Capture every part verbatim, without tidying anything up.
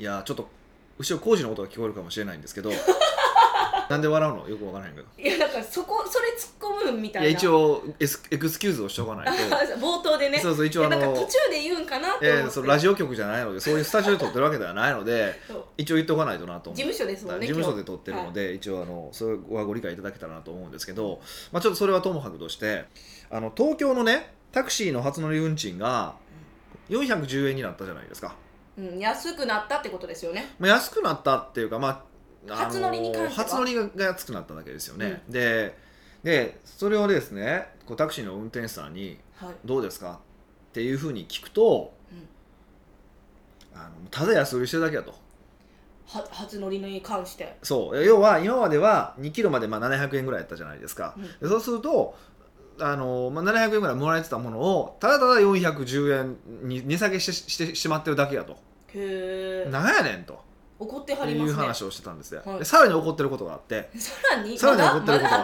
いやちょっと後ろ工事の音が聞こえるかもしれないんですけどなんで笑うのよくわからへんけど、 いやなんかそこそれ突っ込むみたいな。 いや一応エスエクスキューズをしとかないと冒頭でね。 そうそう一応あのなんか途中で言うんかなって思って、 えー、そうラジオ局じゃないのでそういうスタジオで撮ってるわけではないので一応言っておかないとなと思う。 事務所ですもんね。 事務所で撮ってるので、はい、一応あのそれはご理解いただけたらなと思うんですけど、まあ、ちょっとそれはともかくとしてあの東京のねタクシーの初乗り運賃がよんひゃくじゅうえんになったじゃないですか、 うん、安くなったってことですよね。 まあ、安くなったっていうか、まあ初乗りに関しては初乗りが安くなっただけですよね、うん、で, でそれをですねこうタクシーの運転手さんにどうですか、はい、っていうふうに聞くと、うん、あのただ安売りしてるだけだと。 は初乗りに関してそう要は今まではにキロまでまあななひゃくえんぐらいやったじゃないですか、うん、でそうするとあの、まあ、ななひゃくえんぐらいもらえてたものをただただよんひゃくじゅうえんに値下げしてしてしまってるだけやと。 へーなんやねんと怒ってはりますね。 いう話をしてたんですよ、 はい、 でさらに怒ってることがあってさらにさらに怒ってることがあって、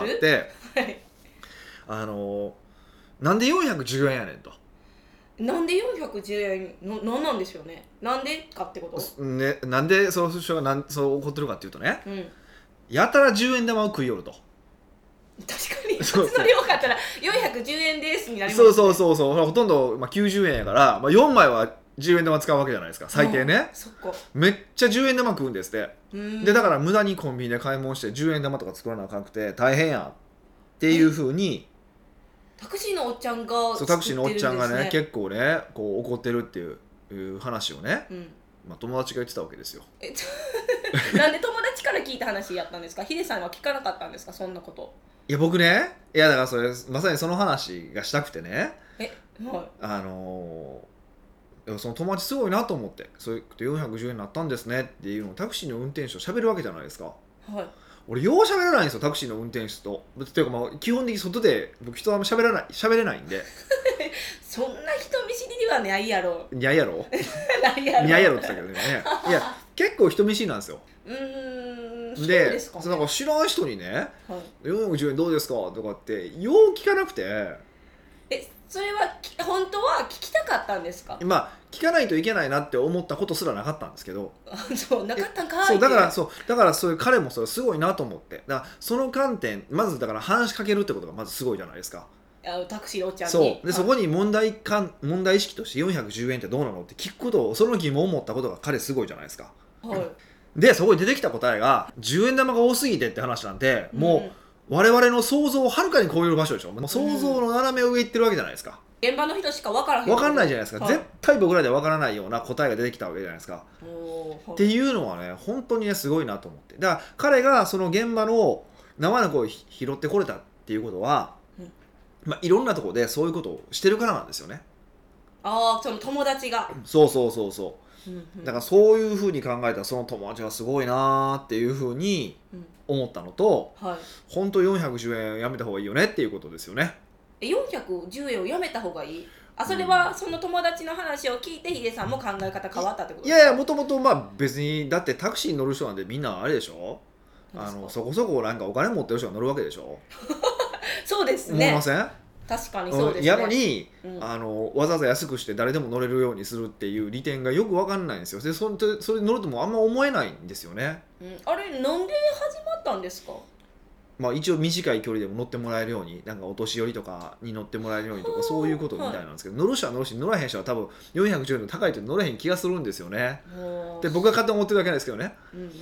まはい、 あのなんでよんひゃくじゅうえんやねんと。 なんでよんひゃくじゅうえんのなんなんでしょうね。なんでかってこと、 ね、なんでその人がなんそう怒ってるかっていうとね、 うん、 やたらじゅうえん玉を食いよると。 確かに初乗り多かったらよんひゃくじゅうえんですになりますね。そうそうそうそうほとんど、まあ、きゅうじゅうえんやから、まあ、よんまいはじゅうえん玉使うわけじゃないですか最低ね。 そっかめっちゃじゅうえん玉食うんですって。でだから無駄にコンビニで買い物してじゅうえん玉とか作らなあかんくて大変やっていうふうにタクシーのおっちゃんが作ってるんですね。 そうタクシーのおっちゃんがね結構ねこう怒ってるっていういう話をね、うんまあ、友達が言ってたわけですよ。 えなんで友達から聞いた話やったんですか。ヒデさんは聞かなかったんですかそんなこと。 いや僕ねいやだからそれまさにその話がしたくてねえ、はい、 あのー、その友達すごいなと思ってそういうよんひゃくじゅうえんになったんですねっていうのをタクシーの運転手と喋るわけじゃないですか。 はい俺よう喋らないんですよタクシーの運転手と。っていうかまあ基本的に外で僕人は喋らない喋れないんでそんな人見知りではないやろ。 にゃいやろないやろにゃいやろって言ったけどねいや結構人見知りなんですよ。 うーんそうでですかね。 そうなんか知らん人にね、はい、よんひゃくじゅうえんどうですかとかってよう聞かなくて。 えそれは本当は聞きたかったんですか。 まあ聞かないといけないなって思ったことすらなかったんですけどそうなかったんかいそうだからそうだからそういう彼もそれすごいなと思ってだからその観点まずだから話しかけるってことがまずすごいじゃないですか。 あタクシーのおっちゃんにそうで、 はい、 そこに問題か問題意識としてよんひゃくじゅうえんってどうなのって聞くことをその疑問を持ったことが彼すごいじゃないですか、 はい、 でそこに出てきた答えがじゅうえん玉が多すぎてって話なんて、うん、もう我々の想像をはるかに超える場所でしょ。もう想像の斜め上行ってるわけじゃないですか。 現場の人しか分からへん分かんないじゃないですか、 はい、 絶対僕らでは分からないような答えが出てきたわけじゃないですか、はい、っていうのはね本当にねすごいなと思って。だから彼がその現場の生の声を拾ってこれたっていうことは、うんまあ、いろんなところでそういうことをしてるからなんですよね。 ああその友達がそうそうそうそう、うんうん、だからそういうふうに考えたらその友達がすごいなっていうふうに思ったのと、うんはい、本当よんひゃくじゅうえんやめた方がいいよねっていうことですよね。 よんひゃくじゅうえんをやめた方がいい。あそれはその友達の話を聞いてヒデさんも考え方変わったってことですか。 いやいやもともとまあ別にだってタクシーに乗る人なんてみんなあれでしょあのそこそこなんかお金持ってる人が乗るわけでしょそうですね。 思いません。 確かにそうですね。 やのに、 うん、 あのわざわざ安くして誰でも乗れるようにするっていう利点がよく分かんないんですよ。で そ, それに乗るともあんま思えないんですよね、 うん、あれなんで始まったんですか。 まあ、一応短い距離でも乗ってもらえるようになんかお年寄りとかに乗ってもらえるようにとかそういうことみたいなんですけど、はい、乗る人は乗るし乗らへん人は多分よんひゃくじゅうえんの高いと乗れへん気がするんですよね。で僕が勝手に思ってるだけなんですけどね、うんうんうん、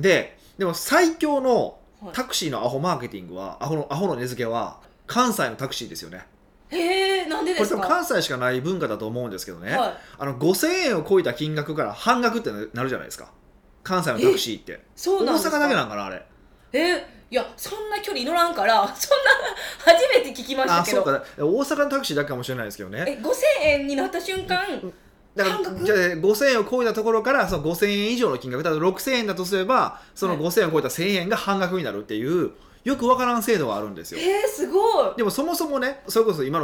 ででも最強のタクシーのアホマーケティングはアホの、アホの値付けは関西のタクシーですよね。 へーなんでですか。 これ多分関西しかない文化だと思うんですけどね、はい、あのごせんえんを超えた金額から半額ってなるじゃないですか関西のタクシーって。 そうなんですか。 大阪だけなんかなあれ。 えー、いやそんな距離乗らんからそんな初めて聞きましたけど。 あそうか大阪のタクシーだけかもしれないですけどね。 えごせんえんになった瞬間、うんだからじゃあごせんえんを超えたところからそのごせんえん以上の金額だとろくせんえんだとすればそのごせんえんを超えたせんえんが半額になるっていうよくわからん制度があるんですよ。 えー、すごい。 でもそもそもねそれこそ今の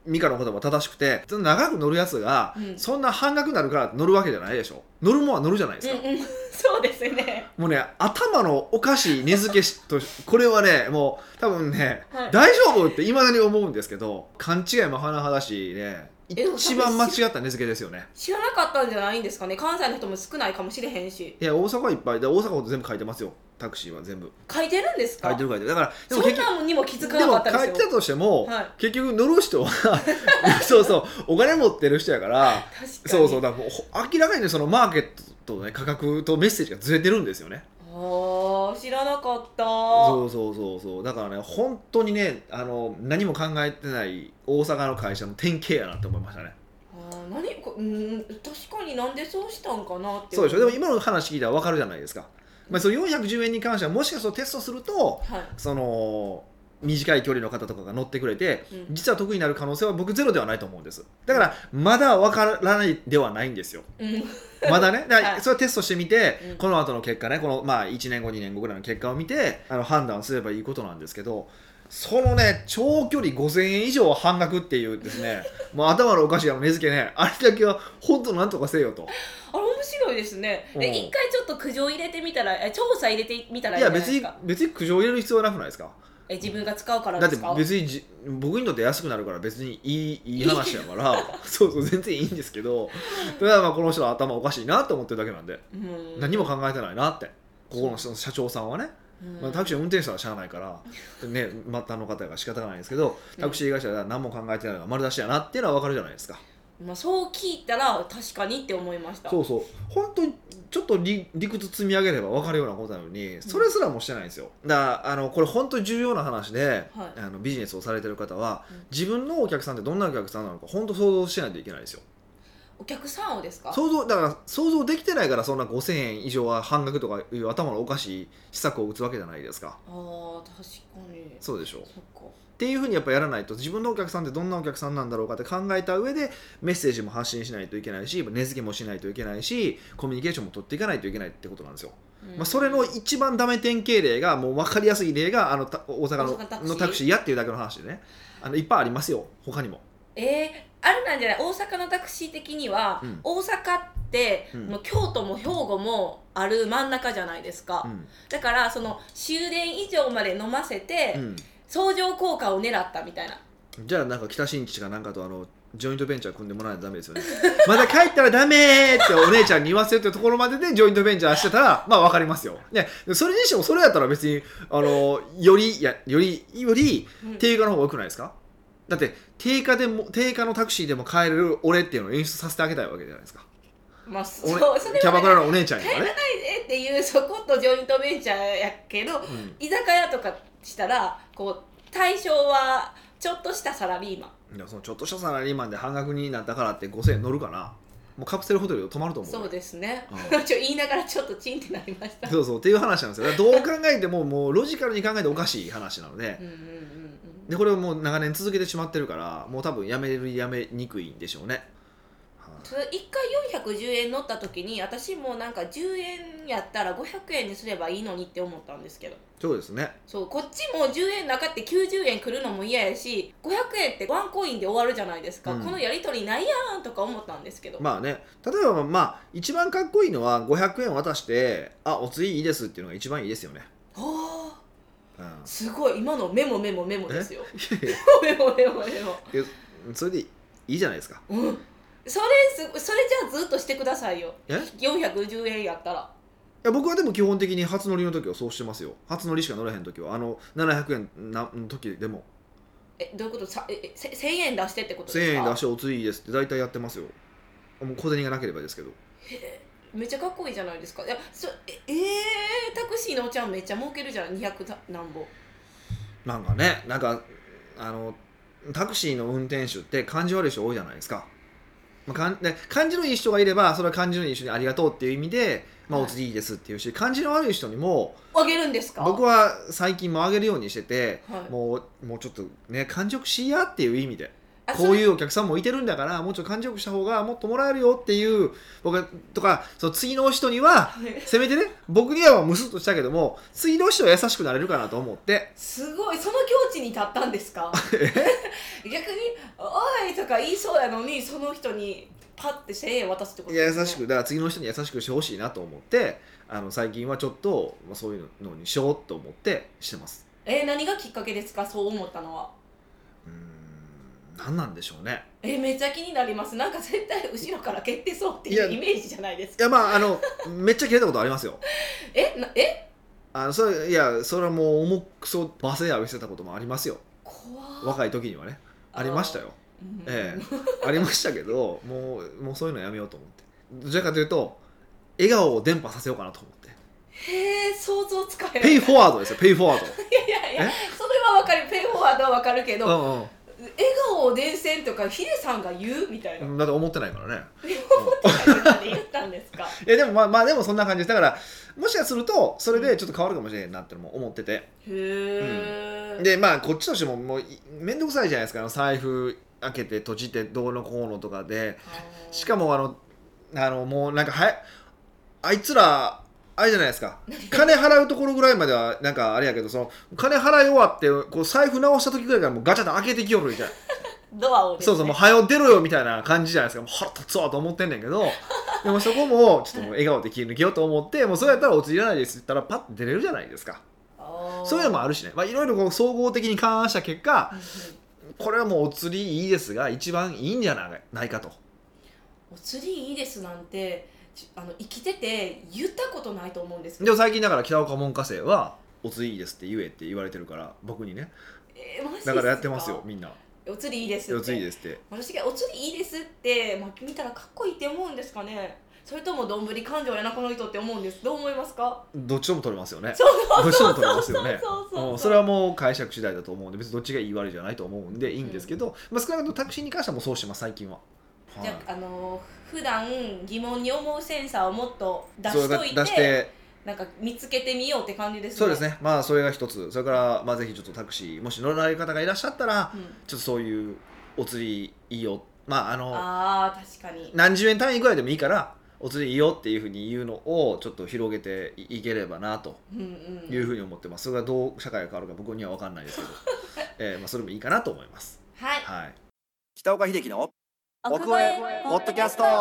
ミカの言葉正しくて、その長く乗るやつが、 うんそんな半額になるから乗るわけじゃないでしょ。乗るもんは乗るじゃないですか、 うんうん、そうですね。 もうね頭のおかしい値付けしとこれはねもう多分ね、 はい、 大丈夫っていまだに思うんですけど、勘違いも甚だしね一番間違った値付けですよね。 知らなかったんじゃないんですかね。関西の人も少ないかもしれへんし。 いや大阪はいっぱいで、大阪ほど全部書いてますよ、タクシーは全部書いてるんですか。 書いてる書いてる。だからでもそんなもんにも気づかなかったですよ。 でも書いてたとしても、 はい、 結局乗る人はそうそうお金持ってる人やから確かにそうそうだからもう明らかに、ね、そのマーケットと、ね、価格とメッセージがずれてるんですよね。 ああ、知らなかった。 そうそうそうそうだからね本当にねあの何も考えてない大阪の会社の典型やなって思いましたね。 あー何こうん確かになんでそうしたんかなって。 そうでしょ。でも今の話聞いたら分かるじゃないですか。まあ、そのよんひゃくじゅうえんに関してはもしかするとテストすると、 はい、 その短い距離の方とかが乗ってくれて、 うん、 実は得になる可能性は僕ゼロではないと思うんです。だからまだ分からないではないんですよ、 うん、 まだね。だからはいそれはテストしてみて、 うん、 この後の結果ね、このまあいちねんごにねんごぐらいの結果を見てあの判断すればいいことなんですけど、そのね長距離ごせんえん以上半額っていうですねもう頭のおかしいあの値付けね、あれだけは本当なんとかせよと。 あれ面白いですね。 うんえ一回ちょっと苦情入れてみたら、え調査入れてみたらいいや別にいんじゃないですか。 別に苦情を入れる必要はなくないですか。 え自分が使うからだってですか。 別にじ僕にとって安くなるから別にいいいい話やからそうそう全然いいんですけど、ただまあこの人は頭おかしいなと思ってるだけなんで、 うん、 何も考えてないなって、ここの人社長さんはね、 うんまあ、タクシーの運転手さんはしゃあないからね、末端の方が仕方がないんですけど、タクシー会社は何も考えてないのが丸出しやなっていうのは分かるじゃないですか。 まあ、そう聞いたら確かにって思いました。 そうそう本当にちょっと 理, 理屈積み上げれば分かるようなことなのに、それすらもしてないんですよ。だからあのこれ本当に重要な話で、 はい、 あのビジネスをされてる方は、 うん、 自分のお客さんってどんなお客さんなのか本当想像しないといけないですよ。 お客さんをですか。 想像だから想像できてないからそんなごせんえん以上は半額とかいう頭のおかしい施策を打つわけじゃないですか。 あー確かにそうでしょう。 そっかっていうふうにやっぱやらないと、自分のお客さんってどんなお客さんなんだろうかって考えた上でメッセージも発信しないといけないし、値付けもしないといけないし、コミュニケーションも取っていかないといけないってことなんですよ。 うんまあ、それの一番ダメ典型例がもう分かりやすい例があのた大阪の大阪タクシーのタクシーやっていうだけの話でね、あのいっぱいありますよ他にも。 えー、あれなんじゃない。大阪のタクシー的には、 うん、 大阪って、 うん、 もう京都も兵庫もある真ん中じゃないですか、 うん、 だからその終電以上まで飲ませて、 うん、 相乗効果を狙ったみたいな。 じゃあなんか北新地かなんかとあのジョイントベンチャー組んでもらわないとダメですよねまだ帰ったらダメーってお姉ちゃんに言わせるってところまででジョイントベンチャーしてたらまあ分かりますよ、ね、それにしてもそれやったら別にあのよりいやよりより定価の方が良くないですか、うん、だって定価でも定価のタクシーでも帰れる俺っていうのを演出させてあげたいわけじゃないですか。 まあ、そう俺それはねキャバクラのお姉ちゃんにはね帰らないでっていうそことジョイントベンチャーやけど、 うん、 居酒屋とかしたらこう対象はちょっとしたサラリーマン。 いやそのちょっとしたサラリーマンで半額になったからってごせんえん乗るかな。もうカプセルホテルで泊まると思う。 そうですね、 うん、 ちょ言いながらちょっとチンってなりました。 そうそうっていう話なんですよ。だからどう考えてももうロジカルに考えておかしい話なので、 うんうんうんうん、 でこれをもう長年続けてしまってるからもう多分やめるやめにくいんでしょうね。 それいっかいよんひゃくじゅうえん乗った時に私もなんかじゅうえんやったらごひゃくえんにすればいいのにって思ったんですけど、 そうですね。 そうこっちもじゅうえんなかってきゅうじゅうえん来るのも嫌やし、ごひゃくえんってワンコインで終わるじゃないですか、 うん、 このやり取りないやんとか思ったんですけど、 まあね、例えばまあ一番かっこいいのはごひゃくえん渡してあお釣りいいですっていうのが一番いいですよね。 はあ、 うん、 すごい今のメモメモメモですよいやいやメモメモメモそれでいいじゃないですか。 うんそれすそれじゃあずっとしてくださいよ。 えよんひゃくじゅうえんやったら。いや僕はでも基本的に初乗りの時はそうしてますよ。初乗りしか乗れへん時はあのななひゃくえんなの時でもえどういうことさえせせんえん出してってことですか。 せんえん出してお釣りいいですって大体やってますよ。もう小銭がなければですけど。 へめっちゃかっこいいじゃないですか。いやそええー、タクシーのおっちゃんめっちゃ儲けるじゃん。にひゃくなんぼなんかねなんかあのタクシーの運転手って感じ悪い人多いじゃないですか。まあ、かんで感じのいい人がいればそれは感じのいい人にありがとうっていう意味で、まあ、 はいお釣りいいですっていうし、感じの悪い人にもあげるんですか。 僕は最近もあげるようにしてて、 はい、 もうもうちょっとね感触しやっていう意味で。 こういうお客さんもいてるんだからもうちょっと感じよくした方がもっともらえるよっていう僕はとかその次の人にはせめてね僕にはムスッとしたけども次の人は優しくなれるかなと思ってすごいその境地に立ったんですか逆に「おい!」とか言いそうやのにその人にパッてせんえん渡すってこといやですね。 優しくだから次の人に優しくしてほしいなと思ってあの最近はちょっと、まあ、そういうのにしようと思ってしてます。 えー、何がきっかけですかそう思ったのは。 うーん何なんでしょうね。 えー、めっちゃ気になります。なんか絶対後ろから蹴ってそうっていいやうイメージじゃないですか。 いやまああのめっちゃ切れたことありますよ。 えなえあのそれいやそれはもう重くそ罵声浴びせたこともありますよ。 怖っ若い時にはねありましたよ。 うんええありましたけどもうもうそういうのやめようと思ってどちらかというと笑顔を伝播させようかなと思ってへえ想像つかへん。 ペイフォワードですよペイフォワード。 いやいやいやそれはわかるペイフォワードはわかるけど、 うんうん笑顔を伝染とかヒデさんが言うみたいな。 だって思ってないからね。 何言ったんですか。 えでもまあまあでもそんな感じです。だからもしかするとそれでちょっと変わるかもしれんなってのも思ってて、 へえ、 でまあこっちとしてももう面倒くさいじゃないですか。あの財布開けて閉じてどうのこうのとかでしかもあのあのもうなんかはあいつらあれじゃないですか金払うところぐらいまではなんかあれやけどその金払い終わってこう財布直した時ぐらいからもうガチャッと開けてきよるみたいなドアをですね、 そうそうもう早よ出ろよみたいな感じじゃないですか。もう腹立つわと思ってんねんけどでもそこもちょっともう笑顔で切り抜けようと思ってもうそれやったらお釣りいらないですって言ったらパッと出れるじゃないですか。そういうのもあるしね、まあ、いろいろこう総合的に勘案した結果これはもうお釣りいいですが一番いいんじゃないかと。 お釣りいいですなんてあの生きてて言ったことないと思うんですけど。 でも最近だから北岡門下生はお釣りいいですって言えって言われてるから僕にね、 えー、マジですか。 だからやってますよみんな。 お釣りいいですって。 お釣りいいですって私がお釣りいいですって、まあ、見たらかっこいいって思うんですかね。それともどんぶり感情やなこの人って思うんです。どう思いますか。 どっちとも取れますよね。 そうそうそうどっちとも取れますよね。 そうそうそううんそれはもう解釈次第だと思うんで別にどっちがいい悪いじゃないと思うんでいいんですけど、うんまあ、少なくともタクシーに関してはもうそうしてます最近は。 じゃあ、あのー、普段疑問に思うセンサーをもっと出しといて出してなんか見つけてみようって感じですね。 そうですねまあそれが一つ。それからまあぜひちょっとタクシーもし乗られる方がいらっしゃったら、うん、ちょっとそういうお釣りいいよまああのあ確かに何十円単位ぐらいでもいいからお釣りいいよっていうふうに言うのをちょっと広げていければなというふうに思ってます。それがどう社会が変わるか僕には分かんないですけど、えーまあ、それもいいかなと思います。 はい、 はい、北岡秀樹の奥越えポッドキャスト。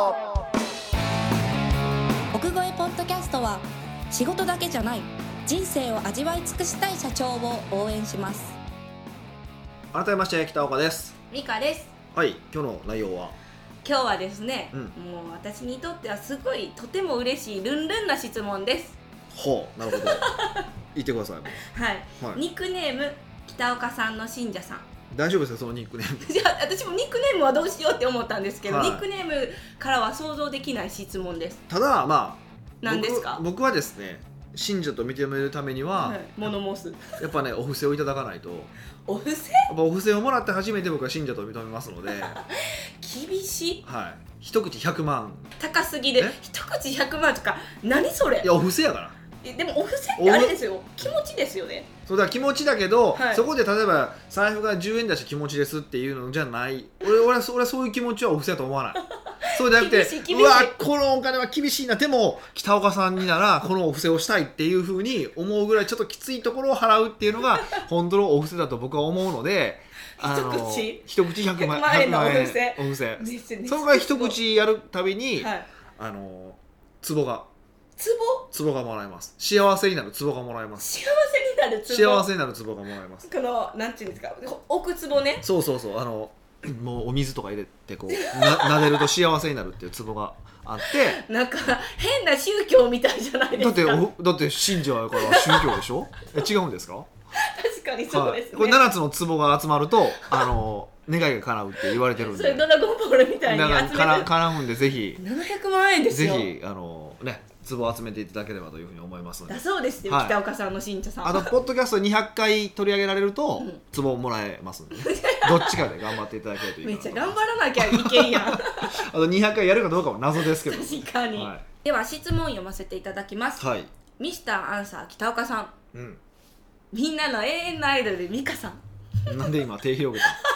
奥越えポッドキャストは仕事だけじゃない人生を味わい尽くしたい社長を応援します。 改めまして北岡です。 ミカです。 はい、今日の内容は今日はですね、うん、もう私にとってはすごいとても嬉しいルンルンな質問です。 ほうなるほど言ってください。 はい、はい、ニックネーム北岡さんの信者さん。 大丈夫ですかそのニックネーム。 じゃあ私もニックネームはどうしようって思ったんですけど、はい、ニックネームからは想像できない質問です。 ただまあ何ですか。 僕、僕はですね信者と認めるためには、はい、 物申すやっぱねお布施をいただかないと。 お布施？ やっぱお布施をもらって初めて僕は信者と認めますので厳しい。 はい一口ひゃくまん高すぎで一口ひゃくまんとか何それ。 いやお布施やから。 でもお布施ってあれですよ気持ちですよね。 そうだ気持ちだけど、 はい、 そこで例えば財布がじゅうえんだし気持ちですっていうのじゃない俺俺は俺はそういう気持ちはお布施だと思わないそうじゃなくてうわこのお金は厳しいなでも北岡さんにならこのお布施をしたいっていうふうに思うぐらいちょっときついところを払うっていうのが本当のお布施だと僕は思うのであの一口一口ひゃくまん円のお布施お布施そのぐらい一口やるたびに、はい、あの壺が壺壺がもらえます。幸せになる壺がもらえます。 幸せになる壺幸せになる壺がもらえます。 このなんていうんですか置く壺ね。 そうそうそうあのもうお水とか入れてこうな撫でると幸せになるっていう壺があってなんか変な宗教みたいじゃないですか。 だってだって信者やから宗教でしょえ違うんですか。 確かにそうですね、 はい、これななつの壺が集まるとあの願いが叶うって言われてるんでそれドラゴンボールみたいに集めてか叶うんでぜひななひゃくまんえんですよ。 ぜひあのね壺を集めていただければというふうに思いますので。 だそうですよ、はい、北岡さんの信者さん。 あとポッドキャストにひゃっかい取り上げられると、うん、壺をもらえますので、ね、どっちかで頑張っていただけるといいかなと。 めっちゃ頑張らなきゃいけんやんあとにひゃっかいやるかどうかも謎ですけど確かに、はい、では質問読ませていただきます、 はい、 ミスターアンサー北岡さん、 うん、 みんなの永遠のアイドルミカさんなんで今手広げた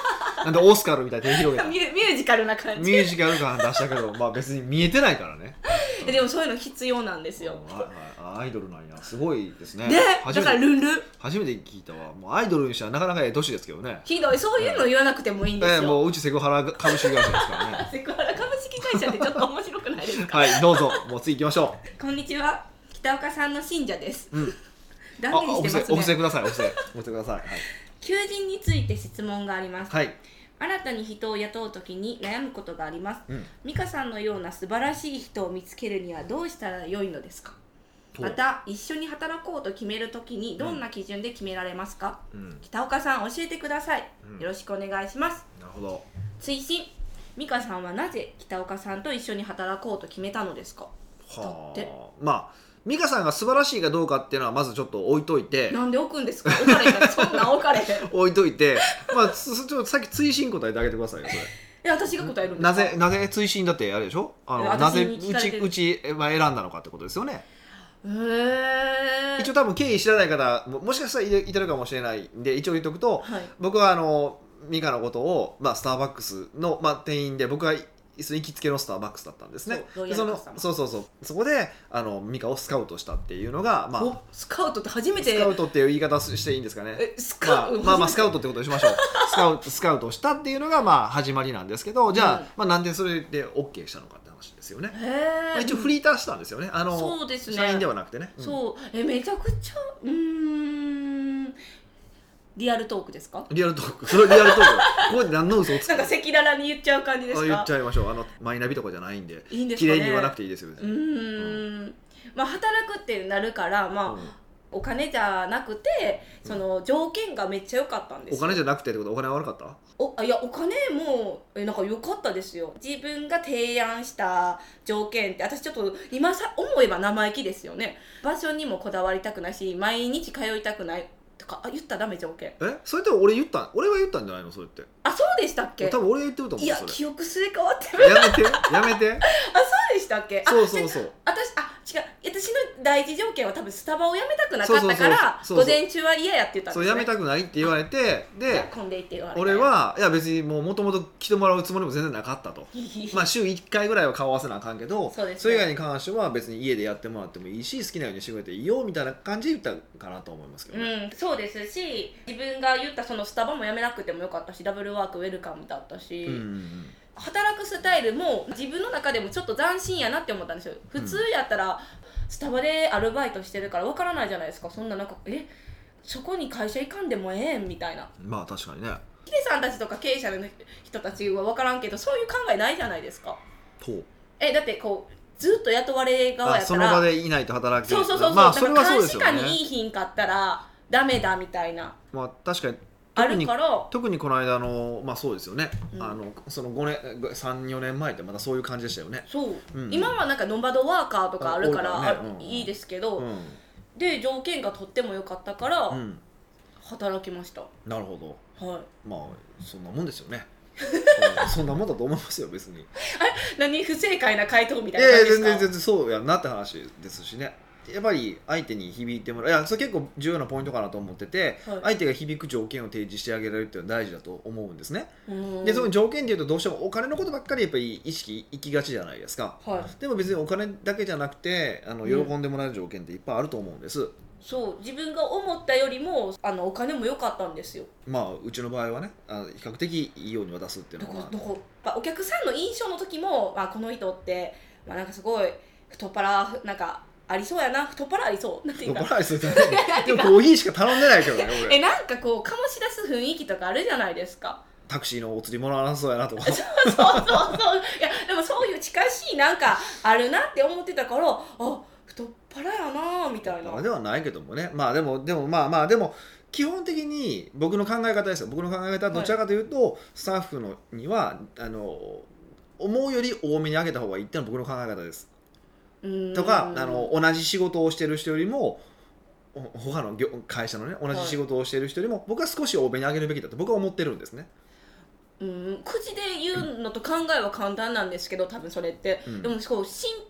なんでオスカルみたいに手広げたミュミュージカルな感じミュージカル感出したけどまあ別に見えてないからねえでもそういうの必要なんですよ。 ああアイドルなんやすごいですね。 ね初めてだからルンルン初めて聞いたわ。もうアイドルにしてはなかなかええ年ですけどね。 ひどいそういうの言わなくてもいいんですよ、 えー、もううちセクハラ株式会社ですからねセクハラ株式会社ってちょっと面白くないですかはいどうぞもう次行きましょこんにちは北岡さんの信者ですう。うん断あお布施言してますね。 お布施くださいお布施お布施ください求人について質問があります、 はい、はい新たに人を雇うときに悩むことがあります。 うん、 美香さんのような素晴らしい人を見つけるにはどうしたら良いのですか。 とまた一緒に働こうと決めるときにどんな基準で決められますか、 うん、 北岡さん教えてください、 うんよろしくお願いします。 なるほど。 追伸美香さんはなぜ北岡さんと一緒に働こうと決めたのですか。だってはあまあ美香さんが素晴らしいかどうかっていうのはまずちょっと置いといてなんで置くんですか。置かれへんそんなん置かれへん置いといてまあちょっとさっき追伸答えてあげてくださいよそれ。 え私が答えるんですか。 なぜなぜ追伸だってあれでしょあの私なぜに聞うちかれてるうちは選んだのかってことですよね。 へー一応多分経緯知らない方 も, もしかしたらいていてるかもしれないんで一応言っとくと、 はい僕はあのミカのことを、まあ、スターバックスの、まあ、店員で僕は行きつけのスターバックスだったんですね。 そうロイでそのヤルカスタマーそうそうそうそこであのミカをスカウトしたっていうのが、まおあ、 スカウトって初めてスカウトっていう言い方していいんですかね。 えスまあカウト、 まあまあスカウトってことにしましょうスカウトスカウトしたっていうのがまあ始まりなんですけどじゃあ、 うんまあ、なんでそれで OK したのかって話ですよね。 へまあ、 ー一応フリーターしたんですよね。あのそうですね社員ではなくてね。うんそうえめちゃくちゃうーんリアルトークですか。 リアルトークそれリアルトークここで何の嘘をつくなんか赤裸々に言っちゃう感じですか。 言っちゃいましょう。あのマイナビとかじゃないんでいいんですかね。 綺麗に言わなくていいですよ別うに。 ーんまあ働くってなるからまあ、 うんお金じゃなくてその条件がめっちゃ良かったんですよ。 お金じゃなくてってことお金は悪かった。 おあいやお金もえなんか良かったですよ。自分が提案した条件って私ちょっと今さ思えば生意気ですよね。場所にもこだわりたくないし毎日通いたくないとかあ言ったらダメ条件。 えそれって俺言った俺は言ったんじゃないのそれって。 あそうでしたっけ。 多分俺が言ってると思いうやそれ記憶すれ替わってる。 やめてやめてあそうでしたっけ。あそうそうそう私あ違う私の第一条件は多分スタバを辞めたくなかったからそうそうそうそう午前中は嫌やって言ったんですね。 そうやめたくないって言われてで混んでいって言われて俺はいや別にもうもともと来てもらうつもりも全然なかったとまあ週いっかいぐらいは顔合わせなあかんけどそうですねれ以外に関しては別に家でやってもらってもいいし好きなようにしてくれていいよみたいな感じで言ったかなと思いますけどね。 うん、そうですし自分が言ったそのスタバも辞めなくてもよかったしダブルワークウェルカムだったし、 うんうんうん働くスタイルも自分の中でもちょっと斬新やなって思ったんですよ。普通やったらスタバでアルバイトしてるからわからないじゃないですか。そんななんかえそこに会社行かんでもええんみたいな。 まあ確かにね。 ヒデさんたちとか経営者の人たちはわからんけどそういう考えないじゃないですか。 とえだってこうずっと雇われ側やったあその場らでいないと働けそうそうそうそう、 まあそれはそうだですよね。 から監視下にいい品買ったらダメだみたいなまあ確かにあ特にるから特にこの間のまあそうですよね、 うんあのそのごねんさんよねんまえってまたそういう感じでしたよね。 そう、 うん今はなんかノンバドワーカーとかあるからああ多いからねうんいいですけど、 うん、 で条件がとっても良かったからうん、 働きました、 なるほど。 はい。 まあそんなもんですよね。うんそんなもんだと思いますよ別に。い何不正解な回答みたいなやい感じですか。 や全然全然そうやんなって話ですしね。やっぱり相手に響いてもらういやそれ結構重要なポイントかなと思ってて、 はい相手が響く条件を提示してあげられるっていうのは大事だと思うんですね。 うんでその条件でいうとどうしてもお金のことばっかりやっぱり意識いきがちじゃないですか。 はい。 でも別にお金だけじゃなくてあのうん喜んでもらえる条件っていっぱいあると思うんです。 そう自分が思ったよりもあのお金も良かったんですよ。 まあうちの場合はねあの比較的いいように渡すっていうだからのはどこまあお客さんの印象の時も、まあ、この人って、まあ、なんかすごい太っ腹なんかありそうやな太っ腹ありそうなんていうか酔っ払いするじゃないでもコーヒーしか頼んでないけどね俺えなんかこう醸し出す雰囲気とかあるじゃないですか。 タクシーのお釣りもらわなそうやなとかそうそうそうそういやでもそういう近しいなんかあるなって思ってたからあ太っ腹やなみたいな。 ではないけどもねまあでもでもまあまあでも基本的に僕の考え方ですよ僕の考え方はどちらかというと、はい、スタッフのにはあの思うより多めに上げた方がいいっていうのは僕の考え方です。とかあの同じ仕事をしてる人よりも他の業会社のね同じ仕事をしてる人よりも、はい、僕は少し多めに上げるべきだと僕は思ってるんですね。 うん口で言うのと考えは簡単なんですけど多分それって、うん、でもこう浸透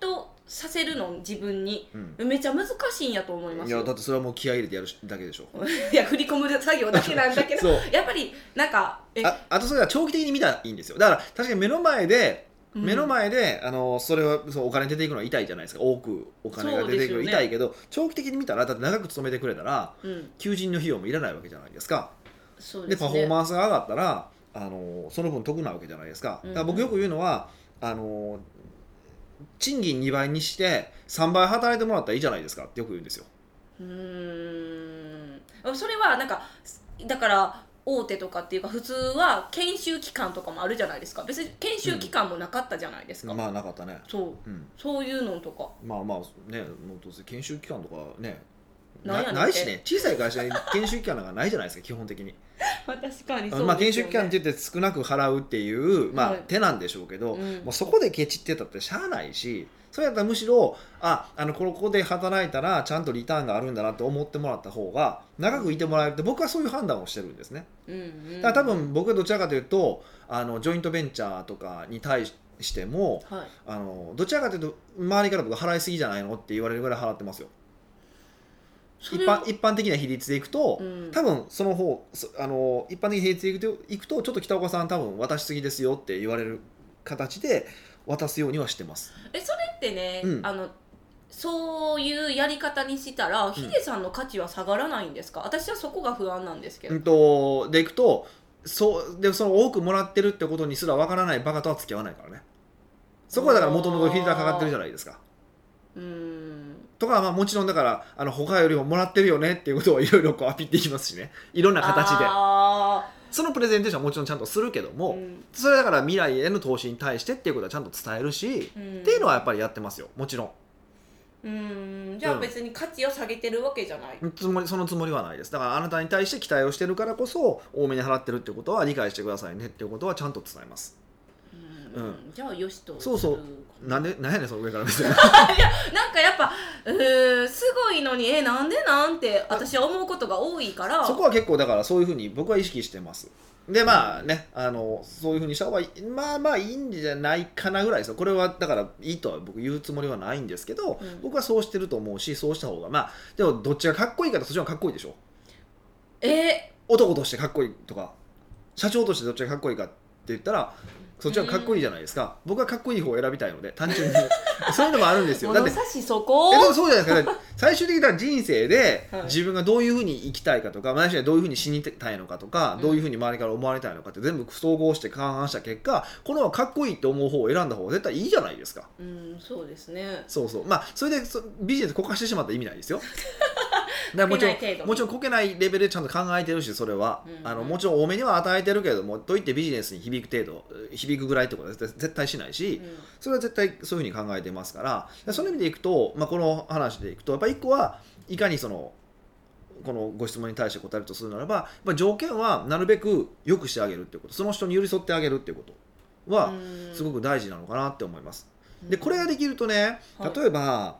させるの自分に、 うん、 めっちゃ難しいんやと思いますよ。 いやだってそれはもう気合い入れてやるだけでしょいや振り込む作業だけなんだけどそうやっぱりなんかえあ, あとそれは長期的に見たらいいんですよ。だから確かに目の前で目の前で、うん、あのそれはそうお金出ていくのは痛いじゃないですか。多くお金が出ていくのは痛いけど、ね、長期的に見たらだって長く勤めてくれたら、うん、求人の費用もいらないわけじゃないですか。 そうですね、 でパフォーマンスが上がったらあのその分得なわけじゃないですか。だから僕よく言うのは、うん、あの賃金にばいにしてさんばい働いてもらったらいいじゃないですかってよく言うんですよ。 うーんそれはなんかだから大手とかっていうか普通は研修期間とかもあるじゃないですか。別に研修期間もなかったじゃないですか、 うん、まあなかったね。 そう、うん、そういうのとかまあまあねもうどうせ研修期間とかねな, な, ないしね小さい会社に研修期間なんかないじゃないですか基本的にまあ確かにそうですよね。 まあ研修期間って言って少なく払うっていう、まあはい、 手なんでしょうけど、 うん、 もうそこでケチってたってしゃあないし、それやったらむしろああのここで働いたらちゃんとリターンがあるんだなって思ってもらった方が長くいてもらえるって僕はそういう判断をしてるんですね、 うんうん、 だから多分僕はどちらかというとあのジョイントベンチャーとかに対しても、 はい、 あのどちらかというと周りから僕払いすぎじゃないのって言われるぐらい払ってますよ。一般, 一般的な比率でいくと、うん、多分その方あの一般的な比率でいく と, いくとちょっと北岡さん多分渡しすぎですよって言われる形で渡すようにはしてます。 えそれってね、うん、あのそういうやり方にしたら、うん、ヒデさんの価値は下がらないんですか？私はそこが不安なんですけど、 うん、とでいくとそうでその多くもらってるってことにすらわからないバカとは付き合わないからね。そこはだからもともとフィルターかかってるじゃないですか。 うーんとかまあもちろんだからあの他よりももらってるよねっていうことをいろいろこうアピっていきますしね、いろんな形でそのプレゼンテーションはもちろんちゃんとするけども、うん、それだから未来への投資に対してっていうことはちゃんと伝えるし、うん、っていうのはやっぱりやってますよもちろん。 うーんじゃあ別に価値を下げてるわけじゃない、 うん、つもりそのつもりはないです。だからあなたに対して期待をしてるからこそ多めに払ってるってことは理解してくださいねっていうことはちゃんと伝えます。 うん、じゃあよしと。 そうそうなんでなんやねんその上から見せるいやなんかやっぱうーすごいのにえなんでなんて私は思うことが多いからそこは結構だからそういうふうに僕は意識してます。でまあねあのそういうふうにした方がまあまあいいんじゃないかなぐらいですよ。これはだからいいとは僕言うつもりはないんですけど、うん、僕はそうしてると思うしそうした方がまあでもどっちがかっこいいかとそっちがかっこいいでしょ。 えー、 男としてかっこいいとか社長としてどっちがかっこいいかって言ったらそっちはかっこいいじゃないですか。僕はかっこいい方を選びたいので単純にそういうのもあるんですよ。だって物差しそこえそうじゃないですか。最終的には人生で自分がどういうふうに生きたいかとか、はい、どういうふうに死にたいのかとか、うん、どういうふうに周りから思われたいのかって全部総合して勘案した結果このかっこいいって思う方を選んだ方が絶対いいじゃないですか。 うんそうですね。 そうそうまあそれでそビジネスこかしてしまったら意味ないですよ。だからもちろんもちろんこけないレベルでちゃんと考えてるしそれは、うんうん、あのもちろん多めには与えてるけれどもといってビジネスに響く程度響くぐらいってことは絶対しないし、うん、それは絶対そういうふうに考えてますから、うん、その意味でいくと、まあ、この話でいくとやっぱりいっこはいかにそのこのご質問に対して答えるとするならば、まあ、条件はなるべく良くしてあげるっていうこと、その人に寄り添ってあげるっていうことはすごく大事なのかなって思います。でこれができるとね例えば、はい、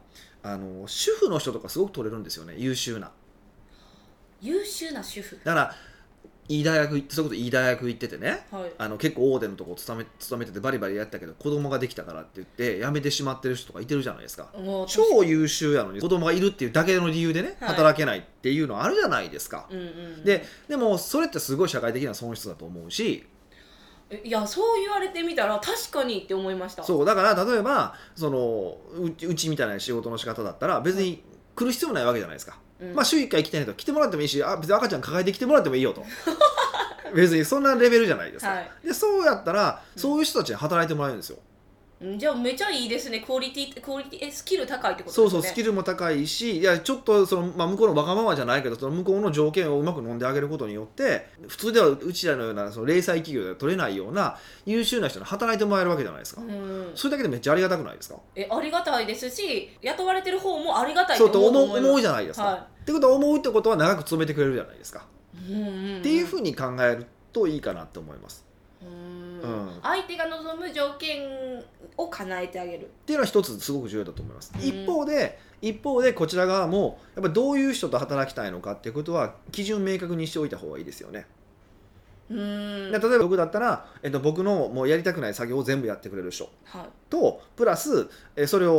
あの主婦の人とかすごく取れるんですよね。優秀な優秀な主婦だからいい大学行ってそういうこといい大学行っててね、 はい、 あの結構大手のとこ勤め勤めててバリバリやったけど子供ができたからって言って辞めてしまってる人とかいてるじゃないですか。超優秀やのに子供がいるっていうだけの理由でね、はい、働けないっていうのあるじゃないですか、 うんうん、で, でもそれってすごい社会的な損失だと思うし、 いやそう言われてみたら確かにって思いました。 そうだから例えばその う, うちみたいな仕事の仕方だったら別に来る必要もないわけじゃないですか、うん、まあ週いっかい来てないと来てもらってもいいしあ別に赤ちゃん抱えてきてもらってもいいよと別にそんなレベルじゃないですか、はい、でそうやったらそういう人たちに働いてもらえるんですよ。 じゃあめちゃいいですね。クオリティクオリティスキル高いってことですね。 そうそうスキルも高いしいやちょっとその、まあ、向こうのわがままじゃないけどその向こうの条件をうまく飲んであげることによって普通ではうちらのようなその零細企業では取れないような優秀な人に働いてもらえるわけじゃないですか。うんそれだけでめっちゃありがたくないですか。 えありがたいですし雇われてる方もありがたいと思うと思う思うじゃないですか、はい、ってことは思うってことは長く勤めてくれるじゃないですか、うんうんうん、っていうふうに考えるといいかなと思います。 うん、相手が望む条件を叶えてあげるっていうのは一つすごく重要だと思います。一方で一方でこちら側もやっぱどういう人と働きたいのかっていうことは基準明確にしておいた方がいいですよね。うん例えば僕だったら、えっと、僕のもうやりたくない作業を全部やってくれる人、はい、とプラスえそれを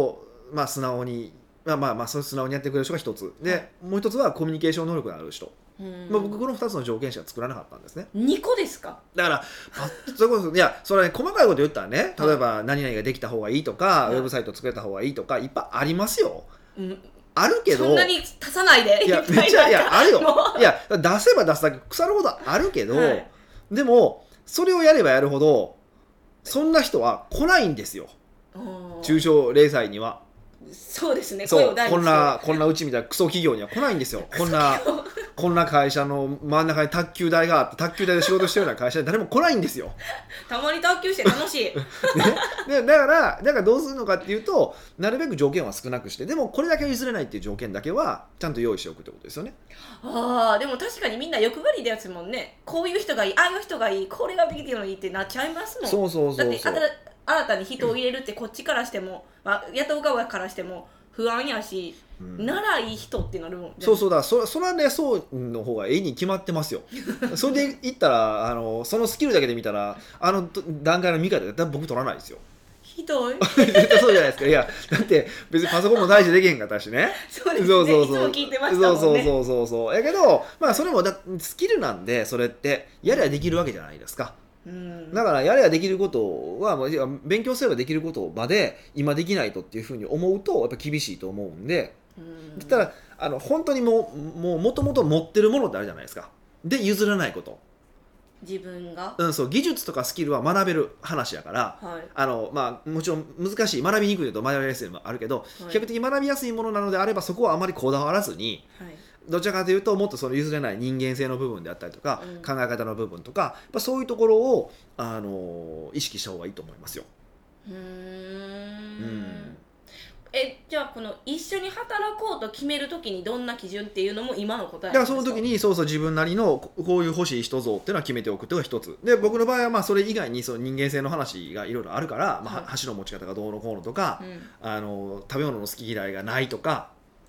まあ素直にまあまあまあそう素直にやってくれる人が一つで、はい、もう一つはコミュニケーション能力がある人、まあ、僕このふたつの条件しか作らなかったんですね。 にこですか？ だからそういうこといやそれは、ね、細かいこと言ったらね例えば何々ができた方がいいとか、はい、ウェブサイト作れた方がいいとかいっぱいありますよ、うん、あるけどそんなに足さないでいやめっちゃいやあるよいや出せば出すだけ腐るほどあるけど、はい、でもそれをやればやるほどそんな人は来ないんですよ中小零細には。 そうですね。 そうこんなこんなうちみたいなクソ企業には来ないんですよ。こんなこんな会社の真ん中に卓球台があって卓球台で仕事してるような会社で誰も来ないんですよ。 たまに卓球して楽しい、ね、 でだからだからどうするのかっていうとなるべく条件は少なくしてでもこれだけは譲れないっていう条件だけはちゃんと用意しておくってことですよね。 ああでも確かにみんな欲張りですもんね。こういう人がいいああいう人がいいこれができてるのいいってなっちゃいますもん。 そうそうそうそう。 だって新たに人を入れるってこっちからしても、まあ、雇う側からしても不安やし、うん、ならいい人ってなるもん。 そうそうだそそれはねそうの方が絵に決まってますよそれで言ったらあのそのスキルだけで見たらあの段階の見方で僕取らないですよ。 ひどい絶対そうじゃないですか。いやだって別にパソコンも大事できへんかったしねそうですねそうそうそういつも聞いてましたもんね。 そうそうそうそうそうやけどまあそれもだスキルなんでそれってやりゃできるわけじゃないですか。うん、だからやればできることは勉強すればできることまで今できないとっていうふうに思うとやっぱ厳しいと思うんで、うん、だったらあの本当にもうもう元々持ってるものってあるじゃないですか。で譲らないこと自分が、 うん、そう技術とかスキルは学べる話やから、はい、あのまあ、もちろん難しい学びにくいのと学びやすいのもあるけど、はい、比較的学びやすいものなのであればそこはあまりこだわらずに、はいどちらかというともっとその譲れない人間性の部分であったりとか、うん、考え方の部分とかやっぱそういうところを、あの意識した方がいいと思いますよ。うーんうんえじゃあこの一緒に働こうと決めるときにどんな基準っていうのも今の答えなんですか？ だからその時にそうそう自分なりのこういう欲しい人像っていうのは決めておくっていうのが一つで僕の場合はまあそれ以外にその人間性の話がいろいろあるから、まあ、箸の持ち方がどうのこうのとか、うん、あの食べ物の好き嫌いがないとか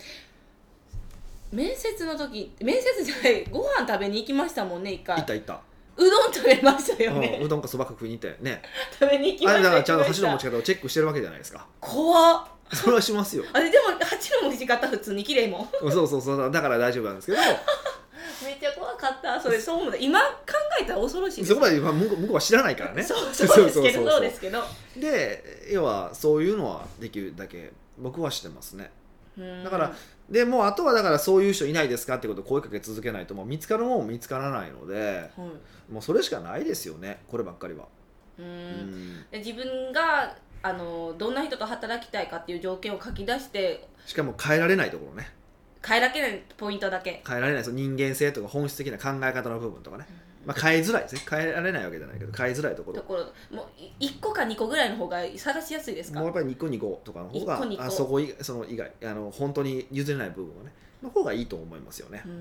面接の時面接じゃないご飯食べに行きましたもんね一回。 行った行ったうどん食べましたよね、 うん、うどんかそばか食いに行ったよね食べに行きました。 あれだからちゃんと箸の持ち方をチェックしてるわけじゃないですか。 怖っそれはしますよあれでも箸の持ち方普通に綺麗もんそうそうそうだから大丈夫なんですけどめっちゃ怖かったそれそう思う今考えたら恐ろしいです。 そこまで向こう向こうは知らないからねそうそうですけどそうですけどで要はそういうのはできるだけ僕はしてますね。だからでもうあとはだからそういう人いないですかってことを声かけ続けないともう見つかるもんも見つからないので、はい、もうそれしかないですよねこればっかりは。 うんうんで自分があのどんな人と働きたいかっていう条件を書き出してしかも変えられないところね変えられないポイントだけ変えられないその人間性とか本質的な考え方の部分とかね、うんまあ、変えづらいですね変えられないわけじゃないけど変えづらいところところもういっこかにこぐらいの方が探しやすいですか？ もうやっぱりにこにことかの方がいっこにこあそこ以外その以外あの本当に譲れない部分はねの方がいいと思いますよね。うん、うん、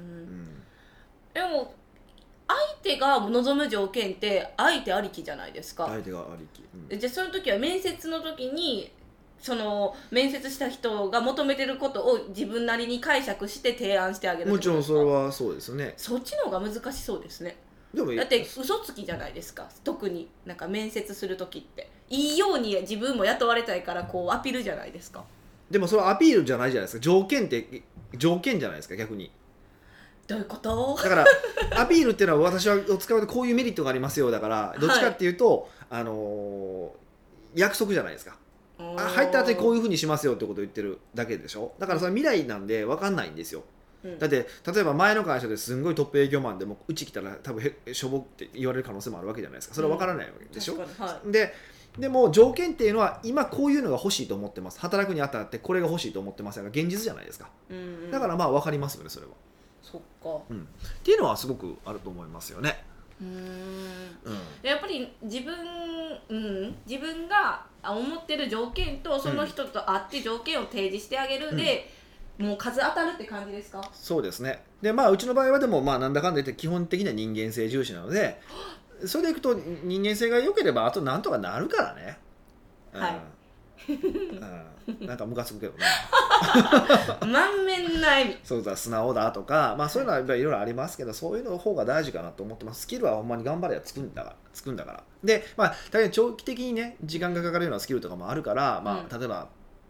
でも相手が望む条件って相手ありきじゃないですか。 相手がありき、 うん、じゃあその時は面接の時にその面接した人が求めてることを自分なりに解釈して提案してあげる。 もちろんそれはそうですよね。 そっちの方が難しそうですね。でもだって嘘つきじゃないですか。特になんか面接する時っていいように自分も雇われたいからこうアピールじゃないですか。 でもそれはアピールじゃないじゃないですか。条件って条件じゃないですか逆に。 どういうこと？だからアピールっていうのは私はお使うとこういうメリットがありますよだからどっちかっていうと、はい、あのー、約束じゃないですか。あ入った後にこういうふうにしますよってことを言ってるだけでしょ。だからそれは未来なんで分かんないんですよ。うん、だって例えば前の会社ですんごいトップ営業マンでもうち来たら多分へしょぼって言われる可能性もあるわけじゃないですか。それは分からないわけでしょ。うんはい、ででも条件っていうのは今こういうのが欲しいと思ってます働くにあたってこれが欲しいと思ってますが現実じゃないですか。うんうん、だからまあ分かりますよねそれは。 そっか、 うん、っていうのはすごくあると思いますよね。 うーん、うん、やっぱり自分、うん、自分が思ってる条件とその人と会って条件を提示してあげるで、うん、もう数当たるって感じですか？そうですね。 でまあうちの場合はでもまあなんだかんだ言って基本的には人間性重視なのでそれでいくと人間性が良ければあとなんとかなるからね。 はい、 うん、なんかムカつくけどね満面な笑みそうだ素直だとか、まあ、そういうのはいろいろありますけどそういうの方が大事かなと思ってます。スキルはほんまに頑張ればつくんだからつくんだからでまあ大変長期的にね時間がかかるようなスキルとかもあるから、まあ、例えば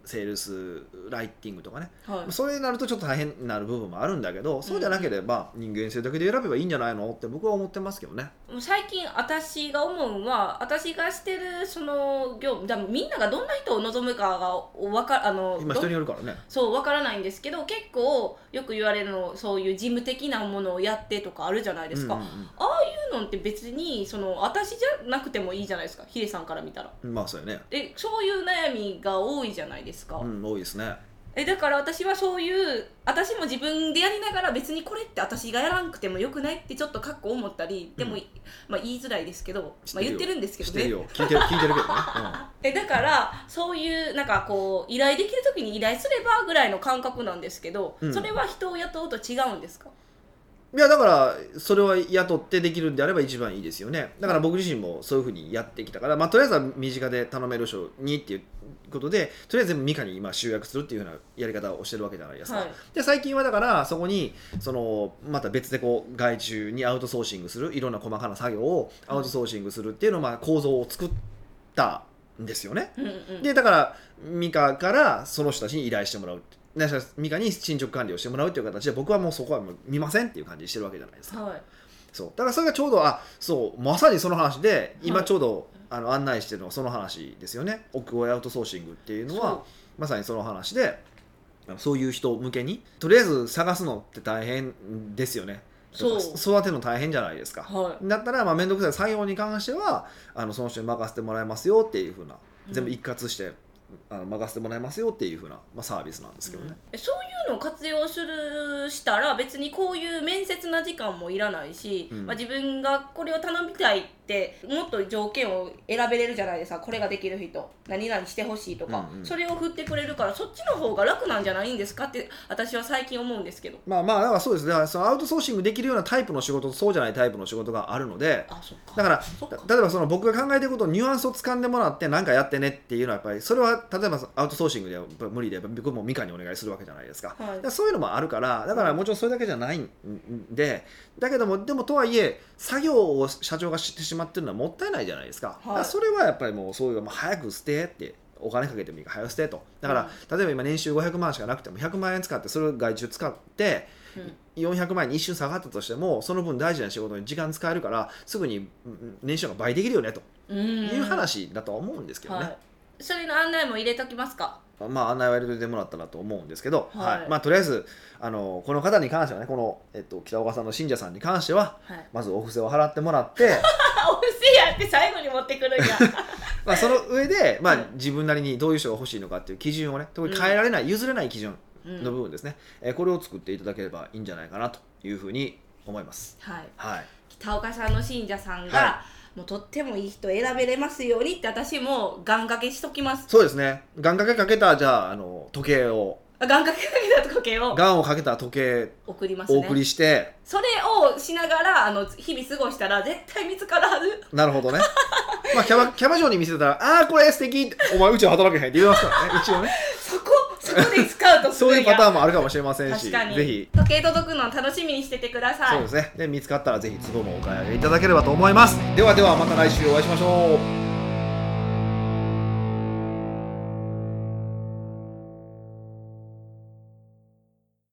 セールスライティングとかね、 はい、 それになるとちょっと大変になる部分もあるんだけど、そうじゃなければ人間性だけで選べばいいんじゃないのって僕は思ってますけどね。 もう最近私が思うのは、私がしてるその業務だ、みんながどんな人を望むかがわかあの今人によるからね。 そう分からないんですけど、結構よく言われるの、そういう事務的なものをやってとかあるじゃないですか、 うんうんうん、 ああいうのって別にその私じゃなくてもいいじゃないですか、ヒデさんから見たら。 まあそうよね。 でそういう悩みが多いじゃないですか、 うん、多いですね。 えだから私はそういう、私も自分でやりながら別にこれって私がやらなくてもよくないってちょっとかっこ思ったり、でも、うん、まあ、言いづらいですけど、まあ、言ってるんですけどね。 知ってるよ、聞いてる、聞いてるけどね、 うん、えだからそういうなんかこう依頼できる時に依頼すればぐらいの感覚なんですけど、うん、それは人を雇うと違うんですか？ いやだからそれは雇ってできるんであれば一番いいですよね。だから僕自身もそういうふうにやってきたから、まあ、とりあえずは身近で頼める人にっていうことで、とりあえず全部ミカに今集約するっていうふうなやり方をしてるわけじゃないですか、はい、で最近はだからそこにそのまた別でこう外注にアウトソーシングする、いろんな細かな作業をアウトソーシングするっていうのをまあ構造を作ったんですよね、うんうん、でだからミカからその人たちに依頼してもらうって、ミカに進捗管理をしてもらうという形で、僕はもうそこはもう見ませんっていう感じにしてるわけじゃないですか、はい、そうだからそれがちょうどあそうまさにその話で今ちょうど、はい、あの案内してるのはその話ですよね。奥越アウトソーシングっていうのはまさにその話で、そういう人向けにとりあえず探すのって大変ですよね。そう育てるの大変じゃないですか、はい、だったらまあ面倒くさい作業に関してはあのその人に任せてもらいますよっていう風な、全部一括して、うんあの任せてもらいますよっていう風な、まあ、サービスなんですけどね、 うん、そういうのを活用するしたら別にこういう面接な時間もいらないし、うんまあ、自分がこれを頼みたいってもっと条件を選べれるじゃないですか。これができる人何々してほしいとか、うんうん、それを振ってくれるからそっちの方が楽なんじゃないんですかって私は最近思うんですけど。 まあまあだからそうですね。だからそのアウトソーシングできるようなタイプの仕事とそうじゃないタイプの仕事があるので、 あそっかだから例えばその僕が考えていることのニュアンスを掴んでもらって何かやってねっていうのはやっぱりそれは例えばアウトソーシングでは無理で僕もミカにお願いするわけじゃないですか、はい、だからそういうのもあるからだからもちろんそれだけじゃないんで、だけどもでもとはいえ作業を社長がしてしまってるのはもったいないじゃないですか、はい、それはやっぱりもうそういうもう早く捨てってお金かけてもいいから早く捨てと。だから、うん、例えば今年収ごひゃくまんしかなくてもひゃくまんえん使ってそれを外注使ってよんひゃくまんえんに一瞬下がったとしてもその分大事な仕事に時間使えるからすぐに年収が倍できるよねという話だとは思うんですけどね、はい、 それの案内も入れときますか。 まあ案内は入れてもらったらと思うんですけど、はいはいまあ、とりあえずあのこの方に関してはねこの、えっと、北岡さんの信者さんに関しては、はい、まずお布施を払ってもらってお布施やって最後に持ってくるんやまあその上で、まあ、自分なりにどういう人が欲しいのかっていう基準をね特に変えられない、うん、譲れない基準の部分ですね、うん、えこれを作っていただければいいんじゃないかなというふうに思います、 はいはい、 北岡さんの信者さんが、はいもうとってもいい人選べれますようにって私も願掛けしときます。 そうですね。願掛けかけたじゃあ、あの時計を願掛けかけた時計を願をかけた時計送りますね。 お送りしてそれをしながらあの日々過ごしたら絶対見つかるはず。 なるほどねまあキャバ、キャバ嬢に見せたらああこれ素敵お前うちは働けへんって言いますからね一応ねそこそこでスカウトするそういうパターンもあるかもしれませんし、 確かにぜひ時計届くのを楽しみにしててください。 そうですね。で見つかったらぜひ都合もお買い上げいただければと思います。ではではまた来週お会いしましょう。